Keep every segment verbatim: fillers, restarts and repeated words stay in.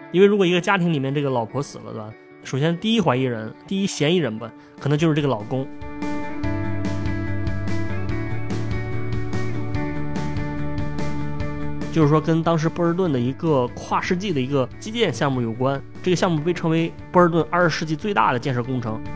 因为如果一个家庭里面这个老婆死了，对吧？首先第一怀疑人、第一嫌疑人吧，可能就是这个老公。就是说跟当时波士顿的一个跨世纪的一个基建项目有关，这个项目被称为波士顿二十世纪最大的建设工程。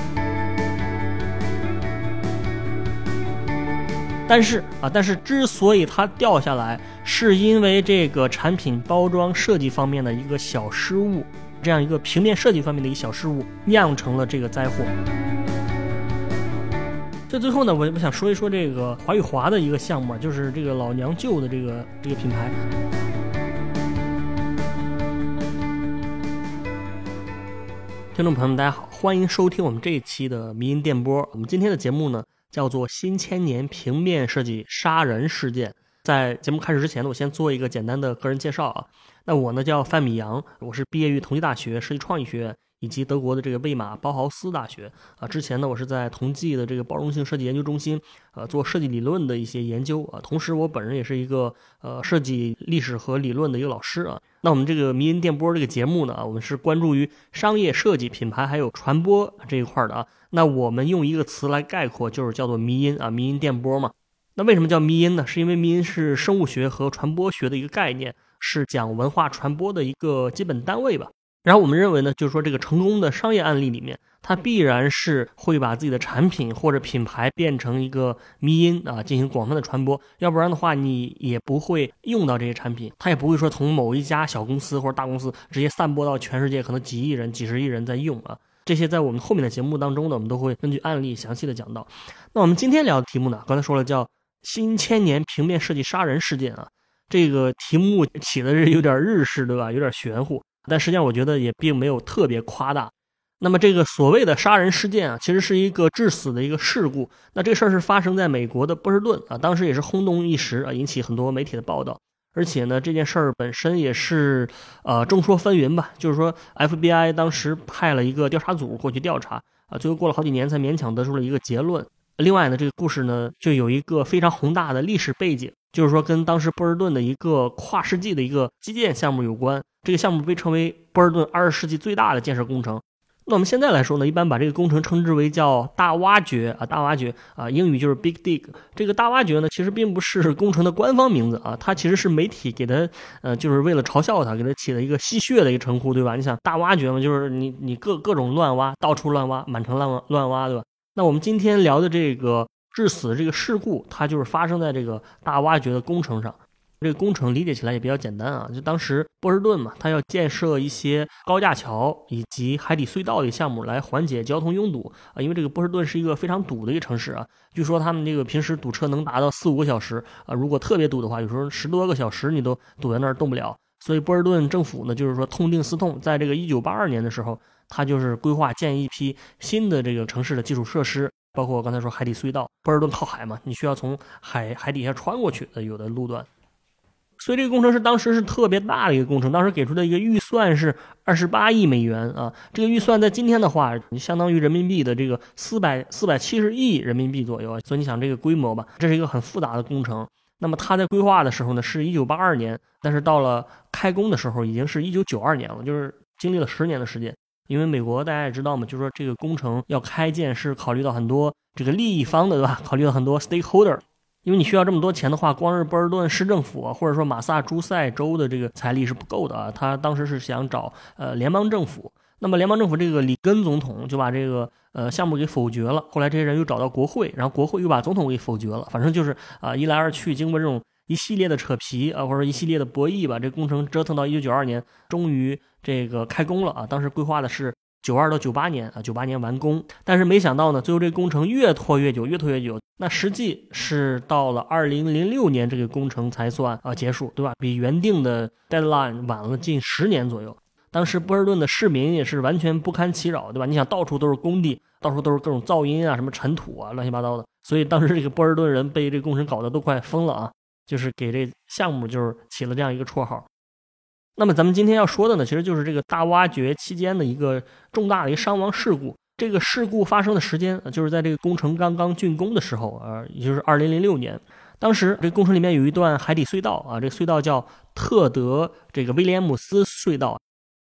但是啊，但是之所以它掉下来，是因为这个产品包装设计方面的一个小失误，这样一个平面设计方面的一个小失误，酿成了这个灾祸。所以最后呢，我我想说一说这个华与华的一个项目，就是这个老娘舅的这个这个品牌。听众朋友们，大家好，欢迎收听我们这一期的迷音电波。我们今天的节目呢，叫做新千年平面设计杀人事件。在节目开始之前呢，我先做一个简单的个人介绍啊。那我呢叫范米扬，我是毕业于同济大学设计创意学院以及德国的这个魏玛包豪斯大学啊。之前呢，我是在同济的这个包容性设计研究中心呃做设计理论的一些研究啊。同时，我本人也是一个呃设计历史和理论的一个老师啊。那我们这个迷音电波这个节目呢，我们是关注于商业设计、品牌还有传播这一块的啊。那我们用一个词来概括，就是叫做迷音啊，迷音电波嘛。那为什么叫迷音呢？是因为迷音是生物学和传播学的一个概念，是讲文化传播的一个基本单位吧。然后我们认为呢，就是说这个成功的商业案例里面，它必然是会把自己的产品或者品牌变成一个迷音啊，进行广泛的传播。要不然的话，你也不会用到这些产品，它也不会说从某一家小公司或者大公司直接散播到全世界，可能几亿人、几十亿人在用啊。这些在我们后面的节目当中呢，我们都会根据案例详细的讲到。那我们今天聊的题目呢，刚才说了叫新千年平面设计杀人事件啊，这个题目起的是有点日式，对吧？有点玄乎，但实际上我觉得也并没有特别夸大。那么这个所谓的杀人事件啊，其实是一个致死的一个事故。那这个事儿是发生在美国的波士顿啊，当时也是轰动一时啊，引起很多媒体的报道。而且呢，这件事儿本身也是呃众说纷纭吧，就是说 F B I 当时派了一个调查组过去调查啊，最后过了好几年才勉强得出了一个结论。另外呢，这个故事呢就有一个非常宏大的历史背景，就是说跟当时波士顿的一个跨世纪的一个基建项目有关。这个项目被称为波士顿二十世纪最大的建设工程。那我们现在来说呢，一般把这个工程称之为叫大挖掘啊，大挖掘啊，英语就是 Big Dig。这个大挖掘呢，其实并不是工程的官方名字啊，它其实是媒体给它呃，就是为了嘲笑它，给它起了一个戏谑的一个称呼，对吧？你想大挖掘嘛，就是你你各各种乱挖，到处乱挖，满城乱乱挖，对吧？那我们今天聊的这个致死的这个事故，它就是发生在这个大挖掘的工程上。这个工程理解起来也比较简单啊，就当时波士顿嘛，它要建设一些高架桥以及海底隧道的项目来缓解交通拥堵啊，因为这个波士顿是一个非常堵的一个城市啊，据说他们这个平时堵车能达到四五个小时啊，如果特别堵的话，有时候十多个小时你都堵在那儿动不了。所以波士顿政府呢，就是说痛定思痛，在这个一九八二年的时候，它就是规划建一批新的这个城市的基础设施，包括我刚才说海底隧道。波士顿靠海嘛，你需要从海海底下穿过去的有的路段。所以这个工程是当时是特别大的一个工程，当时给出的一个预算是二十八亿美元啊，这个预算在今天的话，相当于人民币的这个四百四百七十亿人民币左右啊。所以你想这个规模吧，这是一个很复杂的工程。那么他在规划的时候呢，是一九八二年，但是到了开工的时候已经是一九九二年了，就是经历了十年的时间。因为美国大家也知道嘛，就是说这个工程要开建是考虑到很多这个利益方的，对吧？考虑到很多 stakeholder。因为你需要这么多钱的话，光是波士顿市政府啊，或者说马萨诸塞州的这个财力是不够的啊。他当时是想找呃联邦政府，那么联邦政府这个里根总统就把这个呃项目给否决了。后来这些人又找到国会，然后国会又把总统给否决了。反正就是啊、呃、一来二去，经过这种一系列的扯皮啊，或者说一系列的博弈吧，这工程折腾到一九九二年，终于这个开工了啊。当时规划的是九二到九八年啊，九八年完工，但是没想到呢，最后这个工程越拖越久，越拖越久。那实际是到了二零零六年，这个工程才算啊结束，对吧？比原定的 deadline 晚了近十年左右。当时波士顿的市民也是完全不堪其扰，对吧？你想到处都是工地，到处都是各种噪音啊，什么尘土啊，乱七八糟的。所以当时这个波士顿人被这个工程搞得都快疯了啊，就是给这项目就是起了这样一个绰号。那么咱们今天要说的呢，其实就是这个大挖掘期间的一个重大的一个伤亡事故。这个事故发生的时间就是在这个工程刚刚竣工的时候啊，也就是二零零六年。当时这个工程里面有一段海底隧道啊，这个隧道叫特德这个威廉姆斯隧道。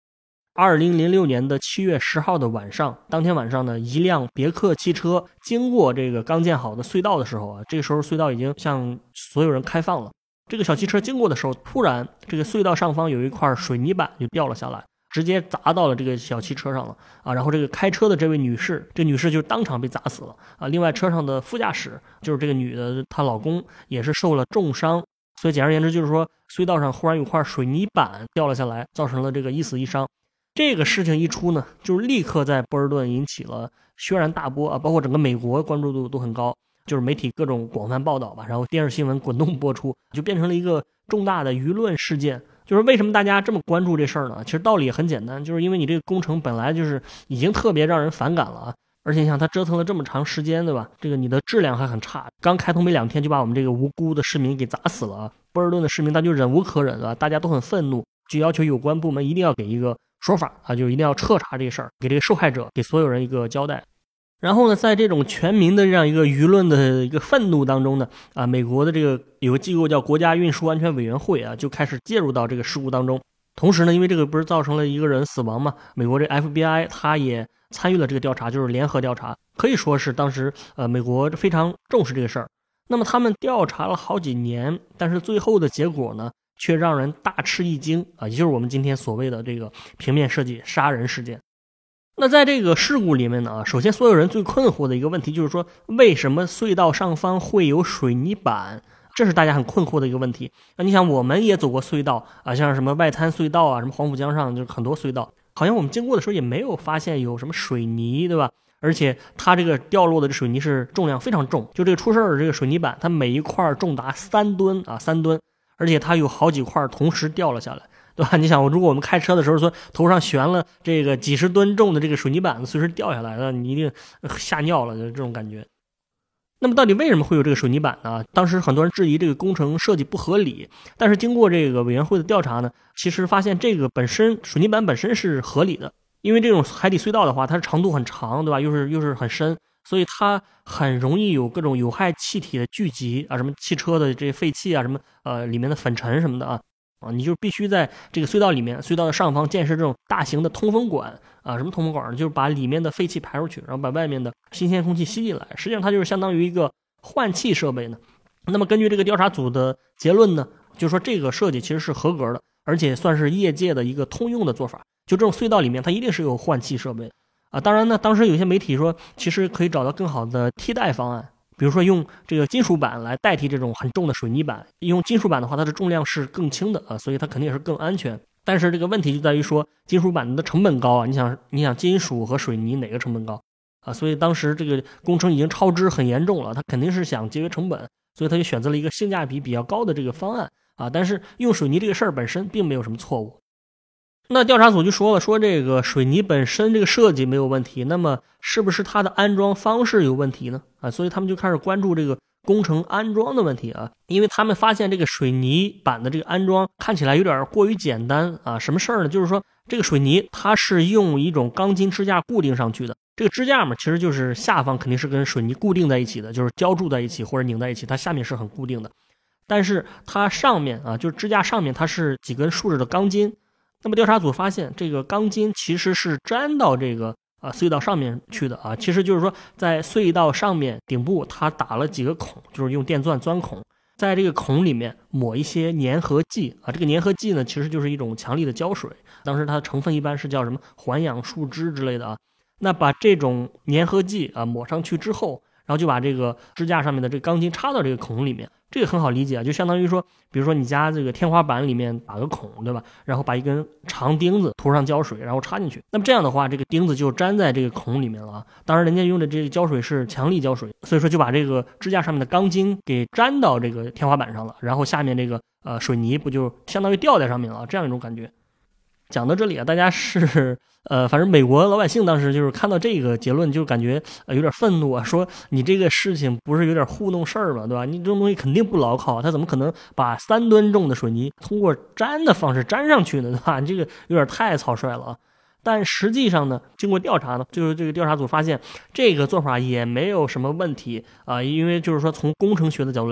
二零零六年的七月十号的晚上，当天晚上呢，一辆别克汽车经过这个刚建好的隧道的时候啊，这个时候隧道已经向所有人开放了。这个小汽车经过的时候，突然这个隧道上方有一块水泥板就掉了下来，直接砸到了这个小汽车上了啊。然后这个开车的这位女士，这女士就当场被砸死了啊。另外车上的副驾驶，就是这个女的她老公也是受了重伤。所以简而言之就是说，隧道上忽然有块水泥板掉了下来，造成了这个一死一伤。这个事情一出呢，就是立刻在波尔顿引起了轩然大波啊，包括整个美国关注度都很高，就是媒体各种广泛报道吧，然后电视新闻滚动播出，就变成了一个重大的舆论事件。就是为什么大家这么关注这事儿呢？其实道理也很简单，就是因为你这个工程本来就是已经特别让人反感了啊，而且你想它折腾了这么长时间，对吧？这个你的质量还很差，刚开通没两天就把我们这个无辜的市民给砸死了啊！波尔顿的市民他就忍无可忍了，大家都很愤怒，就要求有关部门一定要给一个说法啊，就一定要彻查这事儿，给这个受害者，给所有人一个交代。然后呢，在这种全民的这样一个舆论的一个愤怒当中呢，啊，美国的这个有个机构叫国家运输安全委员会啊，就开始介入到这个事故当中。同时呢，因为这个不是造成了一个人死亡嘛，美国这 F B I 他也参与了这个调查，就是联合调查，可以说是当时呃美国非常重视这个事儿。那么他们调查了好几年，但是最后的结果呢，却让人大吃一惊啊，也就是我们今天所谓的这个平面设计杀人事件。那在这个事故里面呢，首先所有人最困惑的一个问题就是说，为什么隧道上方会有水泥板？这是大家很困惑的一个问题。那你想，我们也走过隧道啊，像什么外滩隧道啊，什么黄浦江上就是很多隧道，好像我们经过的时候也没有发现有什么水泥，对吧？而且它这个掉落的这水泥是重量非常重，就这个出事儿的这个水泥板，它每一块重达三吨啊，三吨，而且它有好几块同时掉了下来，对吧？你想，如果我们开车的时候说头上悬了这个几十吨重的这个水泥板子随时掉下来了，你一定吓尿了，就这种感觉。那么到底为什么会有这个水泥板呢？当时很多人质疑这个工程设计不合理，但是经过这个委员会的调查呢，其实发现这个本身水泥板本身是合理的，因为这种海底隧道的话，它是长度很长，对吧？又是又是很深，所以它很容易有各种有害气体的聚集啊，什么汽车的这些废气啊，什么呃里面的粉尘什么的啊。啊，你就必须在这个隧道里面，隧道的上方建设这种大型的通风管啊，什么通风管呢？就是把里面的废气排出去，然后把外面的新鲜空气吸进来。实际上它就是相当于一个换气设备呢。那么根据这个调查组的结论呢，就是说这个设计其实是合格的，而且算是业界的一个通用的做法。就这种隧道里面，它一定是有换气设备的啊。当然呢，当时有些媒体说，其实可以找到更好的替代方案。比如说用这个金属板来代替这种很重的水泥板，用金属板的话，它的重量是更轻的啊，所以它肯定也是更安全。但是这个问题就在于说，金属板的成本高啊，你想，你想金属和水泥哪个成本高啊？所以当时这个工程已经超支很严重了，他肯定是想节约成本，所以他就选择了一个性价比比较高的这个方案啊。但是用水泥这个事儿本身并没有什么错误。那调查组就说了，说这个水泥本身这个设计没有问题，那么是不是它的安装方式有问题呢？啊，所以他们就开始关注这个工程安装的问题啊，因为他们发现这个水泥板的这个安装看起来有点过于简单啊。什么事儿呢？就是说这个水泥它是用一种钢筋支架固定上去的，这个支架嘛，其实就是下方肯定是跟水泥固定在一起的，就是浇筑在一起或者拧在一起，它下面是很固定的。但是它上面啊，就是支架上面它是几根竖着的钢筋。那么调查组发现，这个钢筋其实是粘到这个啊隧道上面去的啊，其实就是说在隧道上面顶部它打了几个孔，就是用电钻钻孔，在这个孔里面抹一些粘合剂啊，这个粘合剂呢其实就是一种强力的胶水，当时它的成分一般是叫什么环氧树脂之类的啊。那把这种粘合剂啊抹上去之后，然后就把这个支架上面的这个钢筋插到这个孔里面，这个很好理解啊，就相当于说，比如说你家这个天花板里面打个孔，对吧？然后把一根长钉子涂上胶水，然后插进去。那么这样的话，这个钉子就粘在这个孔里面了啊。当然，人家用的这个胶水是强力胶水，所以说就把这个支架上面的钢筋给粘到这个天花板上了，然后下面这个呃水泥不就相当于吊在上面了，这样一种感觉。讲到这里啊，大家是呃，反正美国老百姓当时就是看到这个结论，就感觉呃有点愤怒啊，说你这个事情不是有点糊弄事儿吗？对吧？你这种东西肯定不牢靠，他怎么可能把三吨重的水泥通过粘的方式粘上去呢？对吧？你这个有点太草率了啊。但实际上呢，经过调查呢，就是这个调查组发现这个做法也没有什么问题啊，因为就是说从工程学的角度来讲，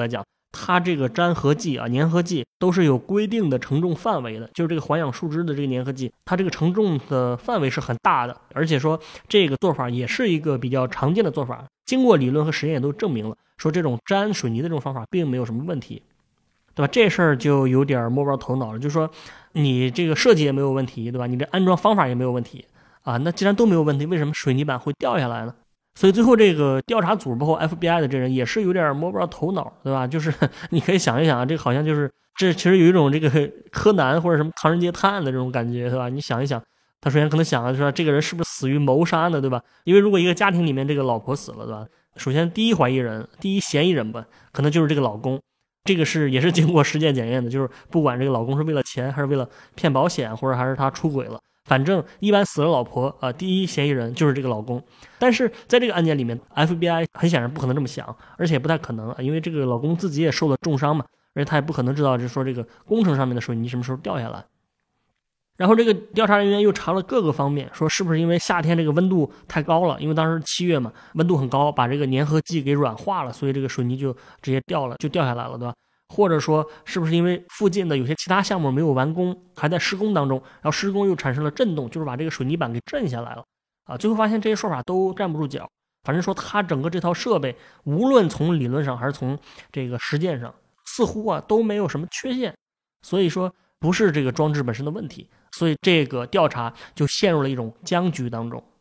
它这个粘合剂啊、粘合剂都是有规定的承重范围的，就是这个环氧树脂的这个粘合剂，它这个承重的范围是很大的，而且说这个做法也是一个比较常见的做法，经过理论和实验也都证明了，说这种粘水泥的这种方法并没有什么问题，对吧？这事儿就有点摸不着头脑了，就是说你这个设计也没有问题，对吧？你这安装方法也没有问题啊，那既然都没有问题，为什么水泥板会掉下来呢？所以最后这个调查组包括 F B I 的这人也是有点摸不着头脑，对吧？就是你可以想一想啊，这好像就是这其实有一种这个柯南或者什么唐人街探案的这种感觉，对吧？你想一想，他首先可能想啊，说这个人是不是死于谋杀呢，对吧？因为如果一个家庭里面这个老婆死了，对吧？首先第一怀疑人、第一嫌疑人吧，可能就是这个老公。这个是也是经过实践检验的，就是不管这个老公是为了钱还是为了骗保险，或者还是他出轨了，反正一般死了老婆啊、呃，第一嫌疑人就是这个老公。但是在这个案件里面 F B I 很显然不可能这么想，而且也不太可能，因为这个老公自己也受了重伤嘛，而且他也不可能知道就是说这个工程上面的水泥什么时候掉下来。然后这个调查人员又查了各个方面，说是不是因为夏天这个温度太高了，因为当时七月嘛，温度很高，把这个粘合剂给软化了，所以这个水泥就直接掉了，就掉下来了，对吧？或者说是不是因为附近的有些其他项目没有完工，还在施工当中，然后施工又产生了震动，就是把这个水泥板给震下来了啊？最后发现这些说法都站不住脚，反正说他整个这套设备，无论从理论上还是从这个实践上，似乎啊都没有什么缺陷，所以说不是这个装置本身的问题，所以这个调查就陷入了一种僵局当中。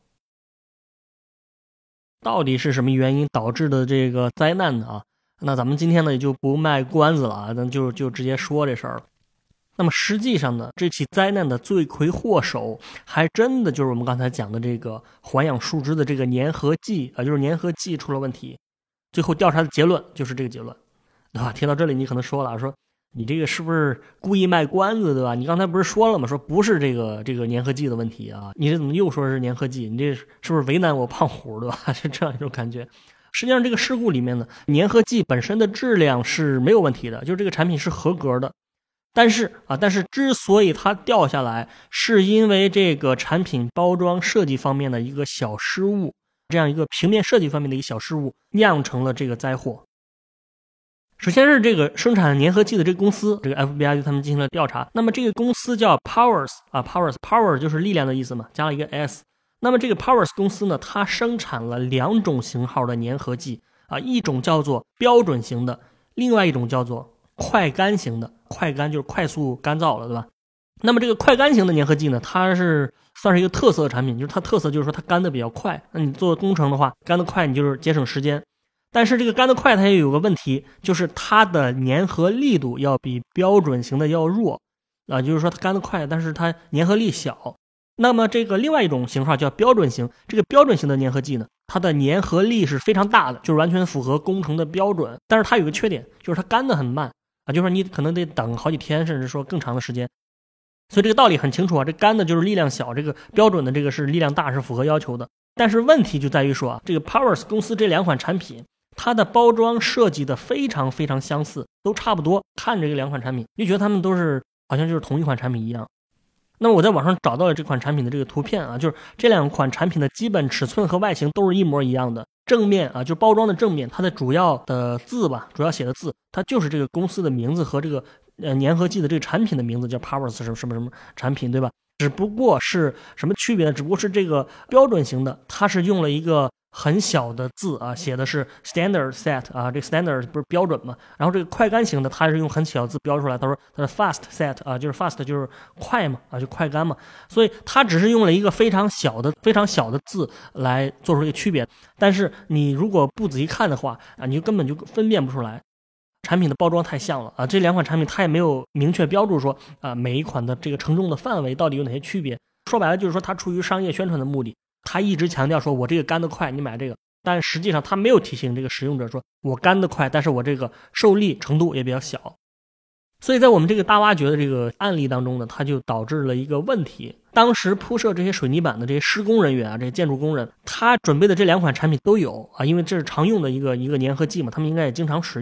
到底是什么原因导致的这个灾难呢？啊，那咱们今天呢也就不卖关子了啊，咱就就直接说这事儿了。那么实际上呢，这起灾难的罪魁祸首还真的就是我们刚才讲的这个环氧树脂的这个粘合剂啊，就是粘合剂出了问题。最后调查的结论就是这个结论，对吧？听到这里你可能说了，说你这个是不是故意卖关子，对吧？你刚才不是说了吗？说不是这个这个粘合剂的问题啊，你这怎么又说是粘合剂？你这是不是为难我胖虎，对吧？是这样一种感觉。实际上这个事故里面呢，粘合剂本身的质量是没有问题的，就是这个产品是合格的。但是啊，但是之所以它掉下来，是因为这个产品包装设计方面的一个小失误，这样一个平面设计方面的一个小失误，酿成了这个灾祸。首先是这个生产粘合剂的这个公司，这个 F B I 对他们进行了调查。那么这个公司叫 Powers 啊 ，Powers Power 就是力量的意思嘛，加了一个 S。那么这个 Powers 公司呢，它生产了两种型号的粘合剂啊，一种叫做标准型的，另外一种叫做快干型的。快干就是快速干燥了，对吧？那么这个快干型的粘合剂呢，它是算是一个特色的产品，就是它特色就是说它干的比较快。那你做工程的话，干的快你就是节省时间。但是这个干的快它也有个问题，就是它的粘合力度要比标准型的要弱啊，就是说它干的快，但是它粘合力小。那么这个另外一种型号叫标准型，这个标准型的粘合剂呢，它的粘合力是非常大的，就是完全符合工程的标准。但是它有个缺点，就是它干的很慢啊，就是说你可能得等好几天，甚至说更长的时间。所以这个道理很清楚啊，这干的就是力量小，这个标准的这个是力量大，是符合要求的。但是问题就在于说啊，这个 Powers 公司这两款产品，它的包装设计的非常非常相似，都差不多。看这个两款产品，就觉得他们都是好像就是同一款产品一样。那么我在网上找到了这款产品的这个图片啊，就是这两款产品的基本尺寸和外形都是一模一样的。正面啊，就包装的正面，它的主要的字吧，主要写的字，它就是这个公司的名字和这个呃粘合剂的这个产品的名字，叫 Powers 什么什么什么产品，对吧？只不过是什么区别呢？只不过是这个标准型的，它是用了一个很小的字啊，写的是 standard set 啊，这个 standard 不是标准嘛？然后这个快干型的，它是用很小的字标出来，他说它是 fast set 啊，就是 fast 就是快嘛，啊就快干嘛，所以它只是用了一个非常小的、非常小的字来做出一个区别。但是你如果不仔细看的话啊，你就根本就分辨不出来。产品的包装太像了啊，这两款产品它也没有明确标注说啊每一款的这个承重的范围到底有哪些区别。说白了就是说它出于商业宣传的目的，它一直强调说我这个干得快，你买这个，但实际上它没有提醒这个使用者说我干得快，但是我这个受力程度也比较小。所以在我们这个大挖掘的这个案例当中呢，它就导致了一个问题。当时铺设这些水泥板的这些施工人员啊，这些建筑工人，他准备的这两款产品都有啊，因为这是常用的一个一个粘合剂嘛，他们应该也经常使用。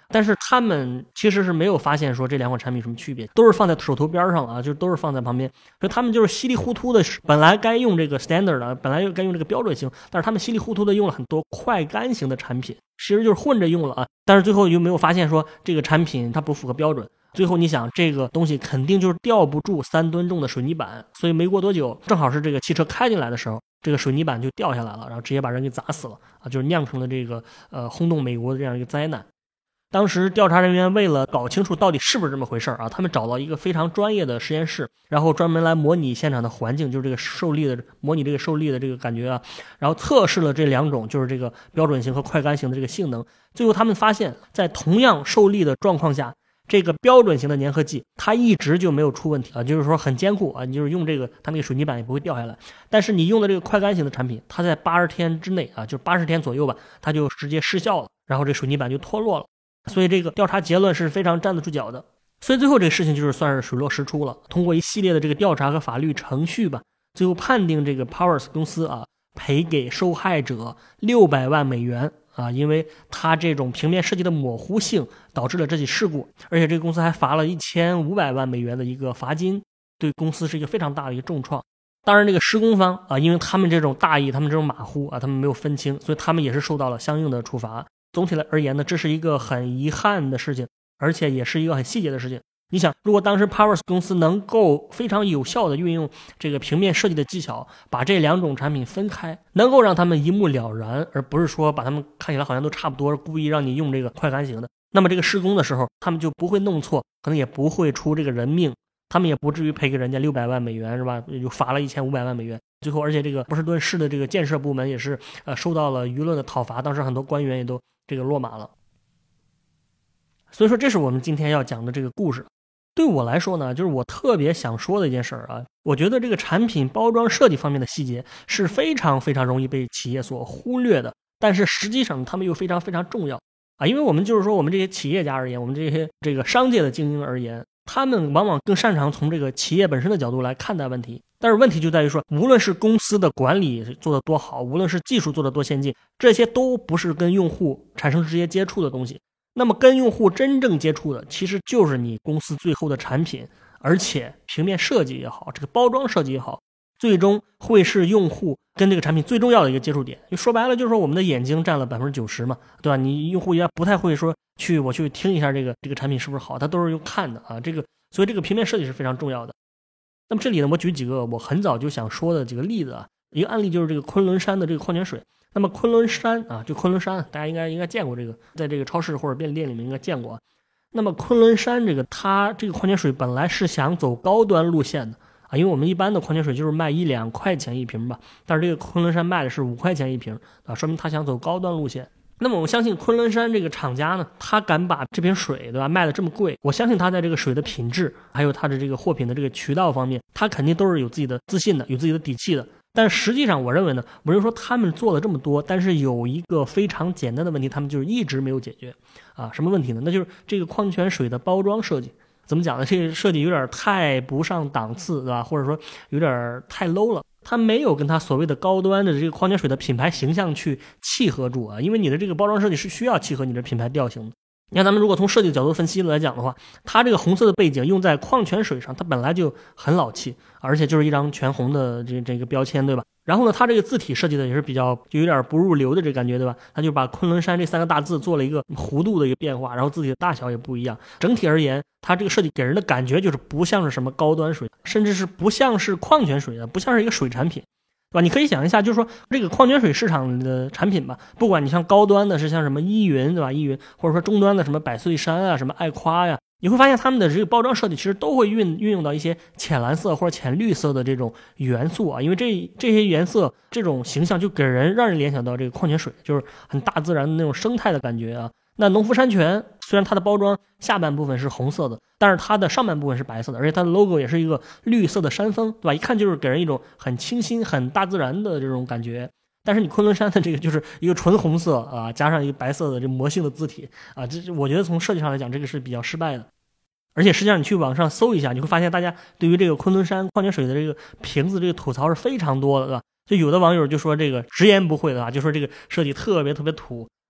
但是他们其实是没有发现说这两款产品有什么区别，都是放在手头边上啊，就都是放在旁边，所以他们就是稀里糊涂的，本来该用这个 standard 的，本来该用这个标准型，但是他们稀里糊涂的用了很多快干型的产品，其实就是混着用了啊，但是最后又没有发现说这个产品它不符合标准，最后你想这个东西肯定就是吊不住三吨重的水泥板，所以没过多久，正好是这个汽车开进来的时候，这个水泥板就掉下来了，然后直接把人给砸死了啊，就是酿成了这个呃轰动美国的这样一个灾难。当时调查人员为了搞清楚到底是不是这么回事啊，他们找到一个非常专业的实验室，然后专门来模拟现场的环境，就是这个受力的模拟这个受力的这个感觉啊，然后测试了这两种就是这个标准型和快干型的这个性能。最后他们发现，在同样受力的状况下，这个标准型的粘合剂它一直就没有出问题啊，就是说很坚固啊，你就是用这个它那个水泥板也不会掉下来。但是你用的这个快干型的产品，它在八十天之内啊，就是八十天左右吧，它就直接失效了，然后这水泥板就脱落了。所以这个调查结论是非常站得住脚的，所以最后这个事情就是算是水落石出了。通过一系列的这个调查和法律程序吧，最后判定这个 Powers 公司啊赔给受害者六百万美元啊，因为它这种平面设计的模糊性导致了这起事故，而且这个公司还罚了一千五百万美元的一个罚金，对公司是一个非常大的一个重创。当然这个施工方啊，因为他们这种大意，他们这种马虎啊，他们没有分清，所以他们也是受到了相应的处罚。总体来而言呢，这是一个很遗憾的事情，而且也是一个很细节的事情。你想，如果当时 Powers 公司能够非常有效的运用这个平面设计的技巧，把这两种产品分开，能够让他们一目了然，而不是说把他们看起来好像都差不多，故意让你用这个快干型的，那么这个施工的时候他们就不会弄错，可能也不会出这个人命，他们也不至于赔给人家六百万美元，是吧？也就罚了一千五百万美元。最后而且这个波士顿市的这个建设部门也是呃受到了舆论的讨伐，当时很多官员也都这个落马了。所以说这是我们今天要讲的这个故事。对我来说呢，就是我特别想说的一件事儿啊，我觉得这个产品包装设计方面的细节是非常非常容易被企业所忽略的，但是实际上他们又非常非常重要啊，因为我们就是说我们这些企业家而言，我们这些这个商界的精英而言，他们往往更擅长从这个企业本身的角度来看待问题，但是问题就在于说，无论是公司的管理做得多好，无论是技术做得多先进，这些都不是跟用户产生直接接触的东西。那么跟用户真正接触的其实就是你公司最后的产品，而且平面设计也好，这个包装设计也好，最终会是用户跟这个产品最重要的一个接触点。就说白了就是说我们的眼睛占了 百分之九十 嘛，对吧？你用户也不太会说去我去听一下这个这个产品是不是好，它都是用看的啊，这个所以这个平面设计是非常重要的。那么这里呢，我举几个我很早就想说的几个例子啊，一个案例就是这个昆仑山的这个矿泉水。那么昆仑山啊，就昆仑山，大家应该应该见过这个，在这个超市或者便利店里面应该见过。那么昆仑山这个它这个矿泉水本来是想走高端路线的啊，因为我们一般的矿泉水就是卖一两块钱一瓶吧，但是这个昆仑山卖的是五块钱一瓶啊，说明他想走高端路线。那么我相信昆仑山这个厂家呢，他敢把这瓶水对吧卖的这么贵，我相信他在这个水的品质还有他的这个货品的这个渠道方面，他肯定都是有自己的自信的，有自己的底气的。但实际上我认为呢，我就说他们做了这么多，但是有一个非常简单的问题他们就是一直没有解决啊，什么问题呢？那就是这个矿泉水的包装设计。怎么讲呢？这个设计有点太不上档次，对吧？或者说有点太 low 了，它没有跟它所谓的高端的这个矿泉水的品牌形象去契合住啊，因为你的这个包装设计是需要契合你的品牌调性的。你看咱们如果从设计角度分析来讲的话，它这个红色的背景用在矿泉水上，它本来就很老气，而且就是一张全红的这这个标签，对吧？然后呢，它这个字体设计的也是比较就有点不入流的这感觉，对吧？它就把昆仑山这三个大字做了一个弧度的一个变化，然后字体的大小也不一样。整体而言，它这个设计给人的感觉就是不像是什么高端水，甚至是不像是矿泉水的，不像是一个水产品。对吧？你可以想一下，就是说这个矿泉水市场的产品吧，不管你像高端的是像什么依云，对吧？依云，或者说中端的什么百岁山啊，什么爱夸呀，你会发现他们的这个包装设计其实都会运运用到一些浅蓝色或者浅绿色的这种元素啊，因为这这些颜色这种形象就给人让人联想到这个矿泉水，就是很大自然的那种生态的感觉啊。那农夫山泉虽然它的包装下半部分是红色的，但是它的上半部分是白色的，而且它的 logo 也是一个绿色的山峰，对吧？一看就是给人一种很清新很大自然的这种感觉。但是你昆仑山的这个就是一个纯红色啊，加上一个白色的这魔性的字体啊，这我觉得从设计上来讲这个是比较失败的。而且实际上你去网上搜一下，你会发现大家对于这个昆仑山矿泉水的这个瓶子这个吐槽是非常多的，对吧？就有的网友就说这个直言不讳的啊，就说这个设计特别特别土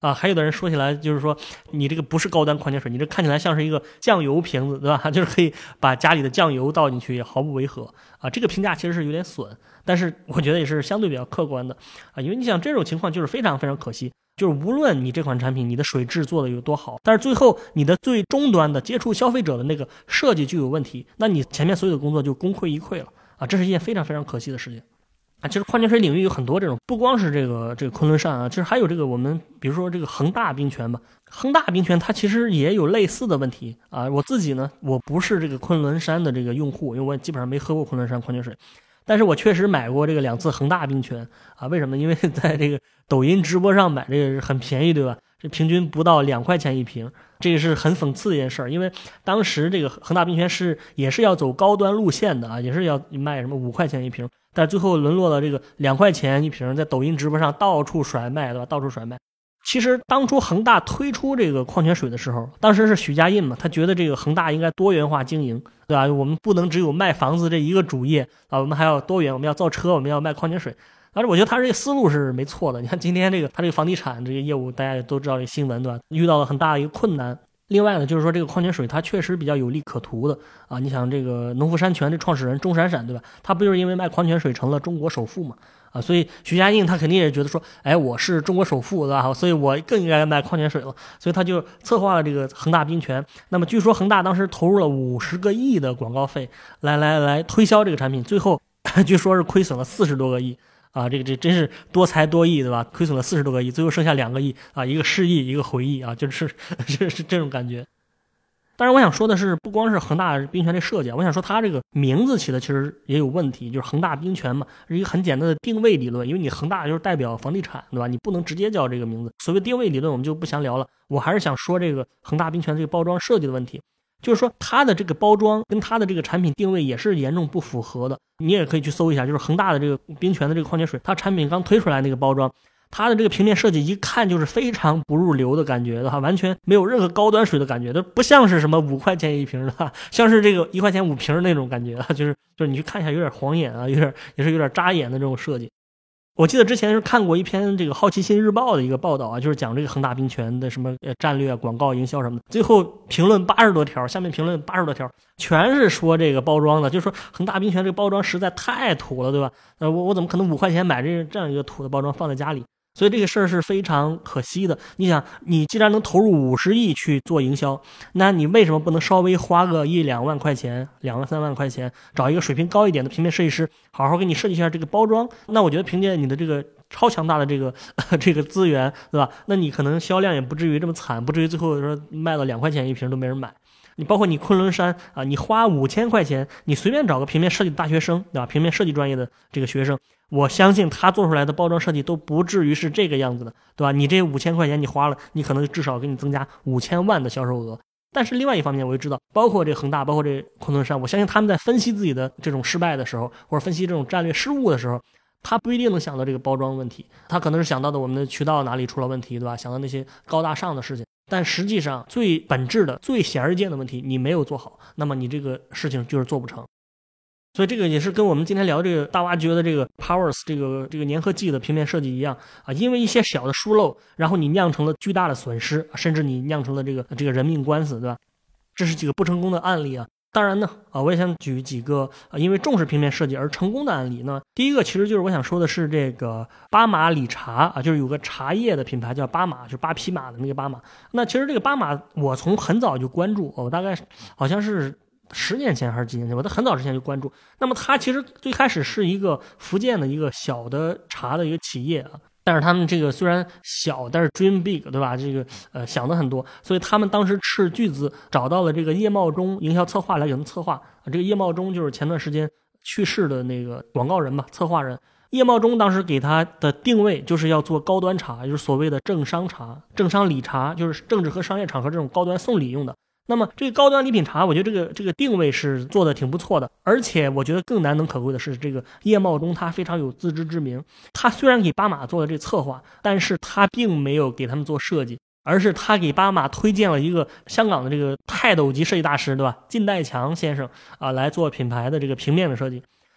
啊，还有的人说起来就是说，你这个不是高端矿泉水，你这看起来像是一个酱油瓶子，对吧？就是可以把家里的酱油倒进去，也毫不违和啊。这个评价其实是有点损，但是我觉得也是相对比较客观的啊。因为你想这种情况就是非常非常可惜，就是无论你这款产品你的水质做的有多好，但是最后你的最终端的接触消费者的那个设计就有问题，那你前面所有的工作就功亏一篑了啊。这是一件非常非常可惜的事情。啊，其实矿泉水领域有很多这种，不光是这个这个昆仑山啊，其实还有这个我们比如说这个恒大冰泉吧，恒大冰泉它其实也有类似的问题啊。我自己呢，我不是这个昆仑山的这个用户，因为我基本上没喝过昆仑山矿泉水，但是我确实买过这个两次恒大冰泉啊。为什么呢？因为在这个抖音直播上买这个很便宜，对吧？这平均不到两块钱一瓶，这个是很讽刺的一件事儿。因为当时这个恒大冰泉是也是要走高端路线的啊，也是要卖什么五块钱一瓶，但最后沦落了这个两块钱一瓶，在抖音直播上到处甩卖，对吧？到处甩卖。其实当初恒大推出这个矿泉水的时候，当时是许家印嘛，他觉得这个恒大应该多元化经营，对吧？我们不能只有卖房子这一个主业啊，我们还要多元，我们要造车，我们要卖矿泉水。但是我觉得他这个思路是没错的。你看今天这个他这个房地产这个业务，大家也都知道这个新闻，对吧？遇到了很大的一个困难。另外呢，就是说这个矿泉水它确实比较有利可图的啊。你想这个农夫山泉这创始人钟闪闪，对吧？他不就是因为卖矿泉水成了中国首富嘛？啊，所以徐家印他肯定也觉得说，哎，我是中国首富，对吧？所以我更应该卖矿泉水了。所以他就策划了这个恒大冰泉。那么据说恒大当时投入了五十个亿的广告费来来来推销这个产品，最后据说是亏损了四十多个亿。啊，这个这真是多才多艺，对吧？亏损了四十多个亿，最后剩下两个亿啊，一个失忆，一个回忆啊，就是是是这种感觉。当然，我想说的是，不光是恒大冰泉这设计，我想说它这个名字起的其实也有问题，就是恒大冰泉嘛，是一个很简单的定位理论，因为你恒大就是代表房地产，对吧？你不能直接叫这个名字。所谓定位理论，我们就不详聊了。我还是想说这个恒大冰泉这个包装设计的问题。就是说它的这个包装跟它的这个产品定位也是严重不符合的。你也可以去搜一下，就是恒大的这个冰泉的这个矿泉水，它产品刚推出来那个包装，它的这个平面设计一看就是非常不入流的感觉的哈，完全没有任何高端水的感觉，都不像是什么五块钱一瓶的，像是这个一块钱五瓶那种感觉，就是就是你去看一下有点晃眼啊，有点也是有点扎眼的这种设计。我记得之前是看过一篇这个好奇心日报的一个报道啊，就是讲这个恒大冰泉的什么战略、广告、营销什么的。最后评论八十多条，下面评论八十多条，全是说这个包装的，就是说恒大冰泉这个包装实在太土了，对吧？呃，我我怎么可能五块钱买这这样一个土的包装放在家里？所以这个事儿是非常可惜的。你想，你既然能投入五十亿去做营销，那你为什么不能稍微花个一两万块钱、两万三万块钱，找一个水平高一点的平面设计师，好好给你设计一下这个包装？那我觉得凭借你的这个超强大的这个这个资源，对吧？那你可能销量也不至于这么惨，不至于最后说卖了两块钱一瓶都没人买。你包括你昆仑山啊，你花五千块钱，你随便找个平面设计的大学生，对吧？平面设计专业的这个学生，我相信他做出来的包装设计都不至于是这个样子的，对吧？你这五千块钱你花了，你可能至少给你增加五千万的销售额。但是另外一方面，我也知道，包括这恒大，包括这昆仑山，我相信他们在分析自己的这种失败的时候，或者分析这种战略失误的时候，他不一定能想到这个包装问题，他可能是想到的我们的渠道哪里出了问题，对吧？想到那些高大上的事情。但实际上最本质的最显而易见的问题你没有做好，那么你这个事情就是做不成。所以这个也是跟我们今天聊这个大挖掘的这个 Powers 这个这个粘合剂的平面设计一样啊，因为一些小的疏漏，然后你酿成了巨大的损失，甚至你酿成了这个这个人命官司，对吧？这是几个不成功的案例啊。当然呢，啊，我也想举几个啊，因为重视平面设计而成功的案例呢。第一个其实就是我想说的是这个巴马理茶啊，就是有个茶叶的品牌叫巴马，就是八匹马的那个巴马。那其实这个巴马我从很早就关注，我大概好像是十年前还是几年前，我在很早之前就关注。那么它其实最开始是一个福建的一个小的茶的一个企业啊。但是他们这个虽然小，但是 dream big， 对吧？这个呃想的很多，所以他们当时斥巨资找到了这个叶茂中营销策划来给他们策划。这个叶茂中就是前段时间去世的那个广告人吧，策划人。叶茂中当时给他的定位就是要做高端茶，就是所谓的政商茶、政商礼茶，就是政治和商业场合这种高端送礼用的。那么这个高端礼品茶，我觉得这个这个定位是做的挺不错的，而且我觉得更难能可贵的是，这个叶茂中他非常有自知之明。他虽然给巴马做了这策划，但是他并没有给他们做设计，而是他给巴马推荐了一个香港的这个泰斗级设计大师，对吧？靳代强先生啊，来做品牌的这个平面的设计。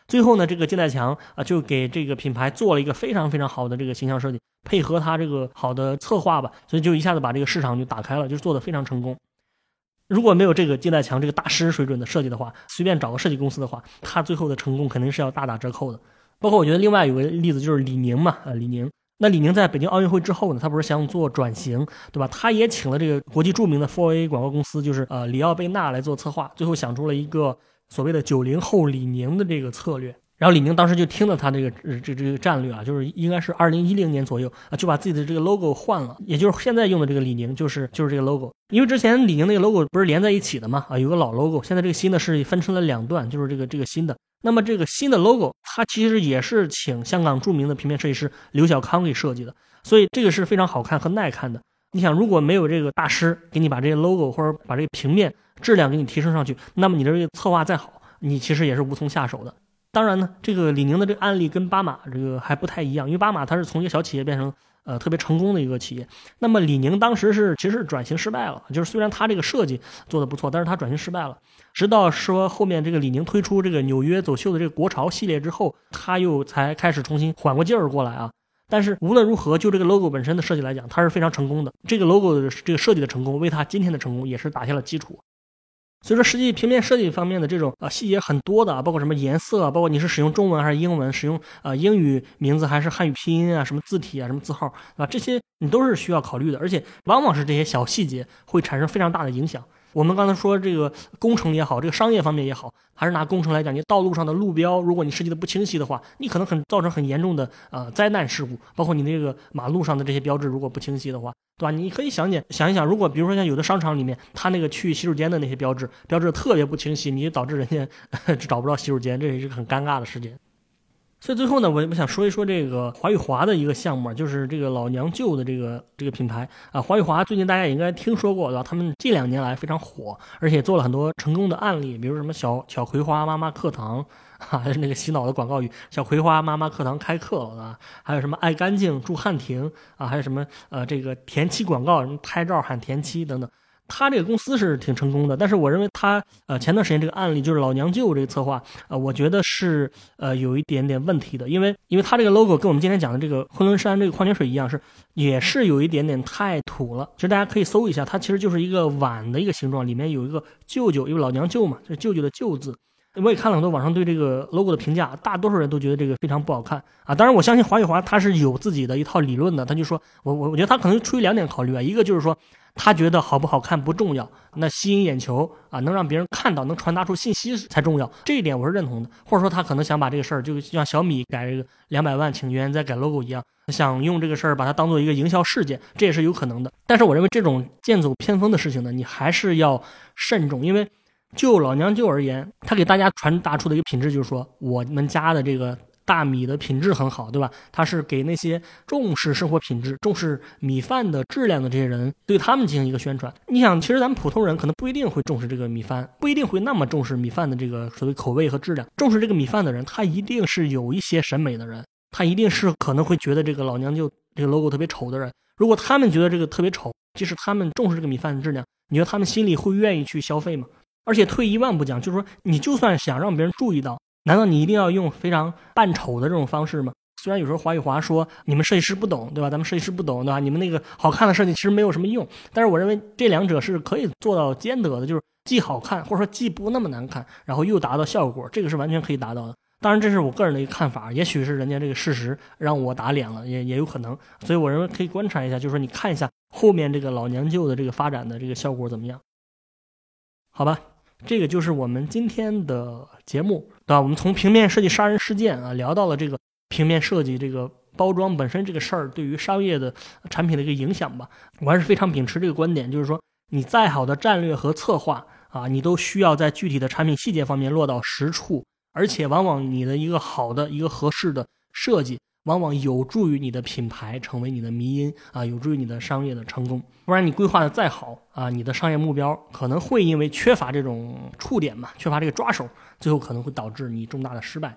最后呢，这个金代强啊就给这个品牌做了一个非常非常好的这个形象设计，配合他这个好的策划吧，所以就一下子把这个市场就打开了，就做得非常成功。如果没有这个金代强这个大师水准的设计的话，随便找个设计公司的话，他最后的成功肯定是要大打折扣的。包括我觉得另外有个例子就是李宁嘛，啊李宁。那李宁在北京奥运会之后呢，他不是想做转型，对吧？他也请了这个国际著名的 四 A 广告公司，就是呃里奥贝纳来做策划，最后想出了一个所谓的九零后李宁的这个策略。然后李宁当时就听了他这个这这这个战略啊，就是应该是二零一零年左右啊，就把自己的这个 logo 换了，也就是现在用的这个李宁，就是就是这个 logo。因为之前李宁那个 logo 不是连在一起的嘛，啊，有个老 logo， 现在这个新的是分成了两段，就是这个这个新的。那么这个新的 logo， 它其实也是请香港著名的平面设计师刘小康给设计的，所以这个是非常好看和耐看的。你想，如果没有这个大师给你把这个 logo 或者把这个平面质量给你提升上去，那么你的这个策划再好，你其实也是无从下手的。当然呢，这个李宁的这个案例跟巴马这个还不太一样，因为巴马它是从一个小企业变成呃特别成功的一个企业。那么李宁当时是其实是转型失败了，就是虽然他这个设计做得不错，但是他转型失败了。直到说后面这个李宁推出这个纽约走秀的这个国潮系列之后，他又才开始重新缓过劲儿过来啊。但是无论如何，就这个 logo 本身的设计来讲，它是非常成功的。这个 logo 的这个设计的成功，为他今天的成功也是打下了基础。所以说，实际平面设计方面的这种啊细节很多的啊，包括什么颜色啊，包括你是使用中文还是英文，使用呃英语名字还是汉语拼音啊，什么字体啊，什么字号啊，这些你都是需要考虑的，而且往往是这些小细节会产生非常大的影响。我们刚才说这个工程也好，这个商业方面也好，还是拿工程来讲，你道路上的路标，如果你设计的不清晰的话，你可能很造成很严重的呃灾难事故，包括你那个马路上的这些标志如果不清晰的话，对吧？你可以想想想一想，如果比如说像有的商场里面，它那个去洗手间的那些标志标志特别不清晰，你就导致人家找不着洗手间，这也是个很尴尬的事件。所以最后呢，我我想说一说这个华与华的一个项目，就是这个老娘舅的这个这个品牌啊。华与华最近大家也应该听说过，对吧？他们这两年来非常火，而且做了很多成功的案例，比如什么小小葵花妈妈课堂啊，还是那个洗脑的广告语，小葵花妈妈课堂开课了啊，还有什么爱干净住汉庭啊，还有什么呃这个田七广告，什么拍照喊田七等等。他这个公司是挺成功的，但是我认为他呃前段时间这个案例就是老娘舅这个策划，呃我觉得是呃有一点点问题的，因为因为他这个 logo 跟我们今天讲的这个昆仑山这个矿泉水一样，是也是有一点点太土了。其实大家可以搜一下，它其实就是一个碗的一个形状，里面有一个舅舅，因为老娘舅嘛，就是舅舅的舅字。我也看了很多网上对这个 logo 的评价，大多数人都觉得这个非常不好看啊。当然我相信华与华他是有自己的一套理论的，他就说我我我觉得他可能出于两点考虑啊，一个就是说他觉得好不好看不重要，那吸引眼球啊，能让别人看到，能传达出信息才重要，这一点我是认同的。或者说他可能想把这个事儿，就像小米改这个两百万请愿再改 logo 一样，想用这个事儿把它当做一个营销事件，这也是有可能的。但是我认为这种剑走偏锋的事情呢，你还是要慎重，因为就老娘舅而言，他给大家传达出的一个品质就是说，我们家的这个大米的品质很好，对吧？他是给那些重视生活品质、重视米饭的质量的这些人，对他们进行一个宣传。你想，其实咱们普通人可能不一定会重视这个米饭，不一定会那么重视米饭的这个所谓口味和质量。重视这个米饭的人，他一定是有一些审美的人，他一定是可能会觉得这个老娘舅这个 logo 特别丑的人。如果他们觉得这个特别丑，即使他们重视这个米饭的质量，你觉得他们心里会愿意去消费吗？而且退一万步讲，就是说你就算想让别人注意到，难道你一定要用非常扮丑的这种方式吗？虽然有时候华与华说你们设计师不懂，对吧？咱们设计师不懂，对吧？你们那个好看的设计其实没有什么用，但是我认为这两者是可以做到兼得的，就是既好看或者说既不那么难看，然后又达到效果，这个是完全可以达到的。当然这是我个人的一个看法，也许是人家这个事实让我打脸了，也也有可能。所以我认为可以观察一下，就是说你看一下后面这个老娘舅的这个发展的这个效果怎么样，好吧？这个就是我们今天的节目，对吧？我们从平面设计杀人事件啊，聊到了这个平面设计这个包装本身这个事儿对于商业的产品的一个影响吧。我还是非常秉持这个观点，就是说你再好的战略和策划啊，你都需要在具体的产品细节方面落到实处，而且往往你的一个好的一个合适的设计往往有助于你的品牌成为你的迷因啊，有助于你的商业的成功。不然你规划的再好啊，你的商业目标可能会因为缺乏这种触点嘛，缺乏这个抓手，最后可能会导致你重大的失败。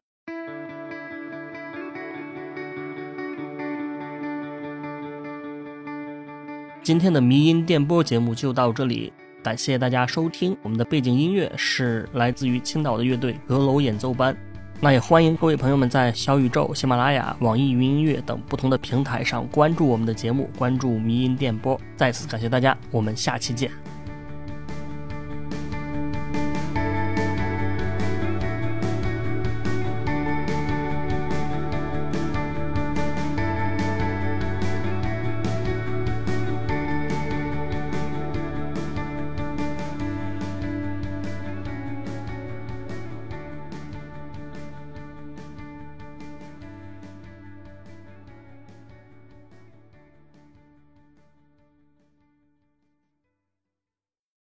今天的迷音电波节目就到这里，感谢大家收听。我们的背景音乐是来自于青岛的乐队阁楼演奏班。 那也欢迎各位朋友们在小宇宙、喜马拉雅、网易云音乐等不同的平台上关注我们的节目，关注迷音电波。再次感谢大家，我们下期见。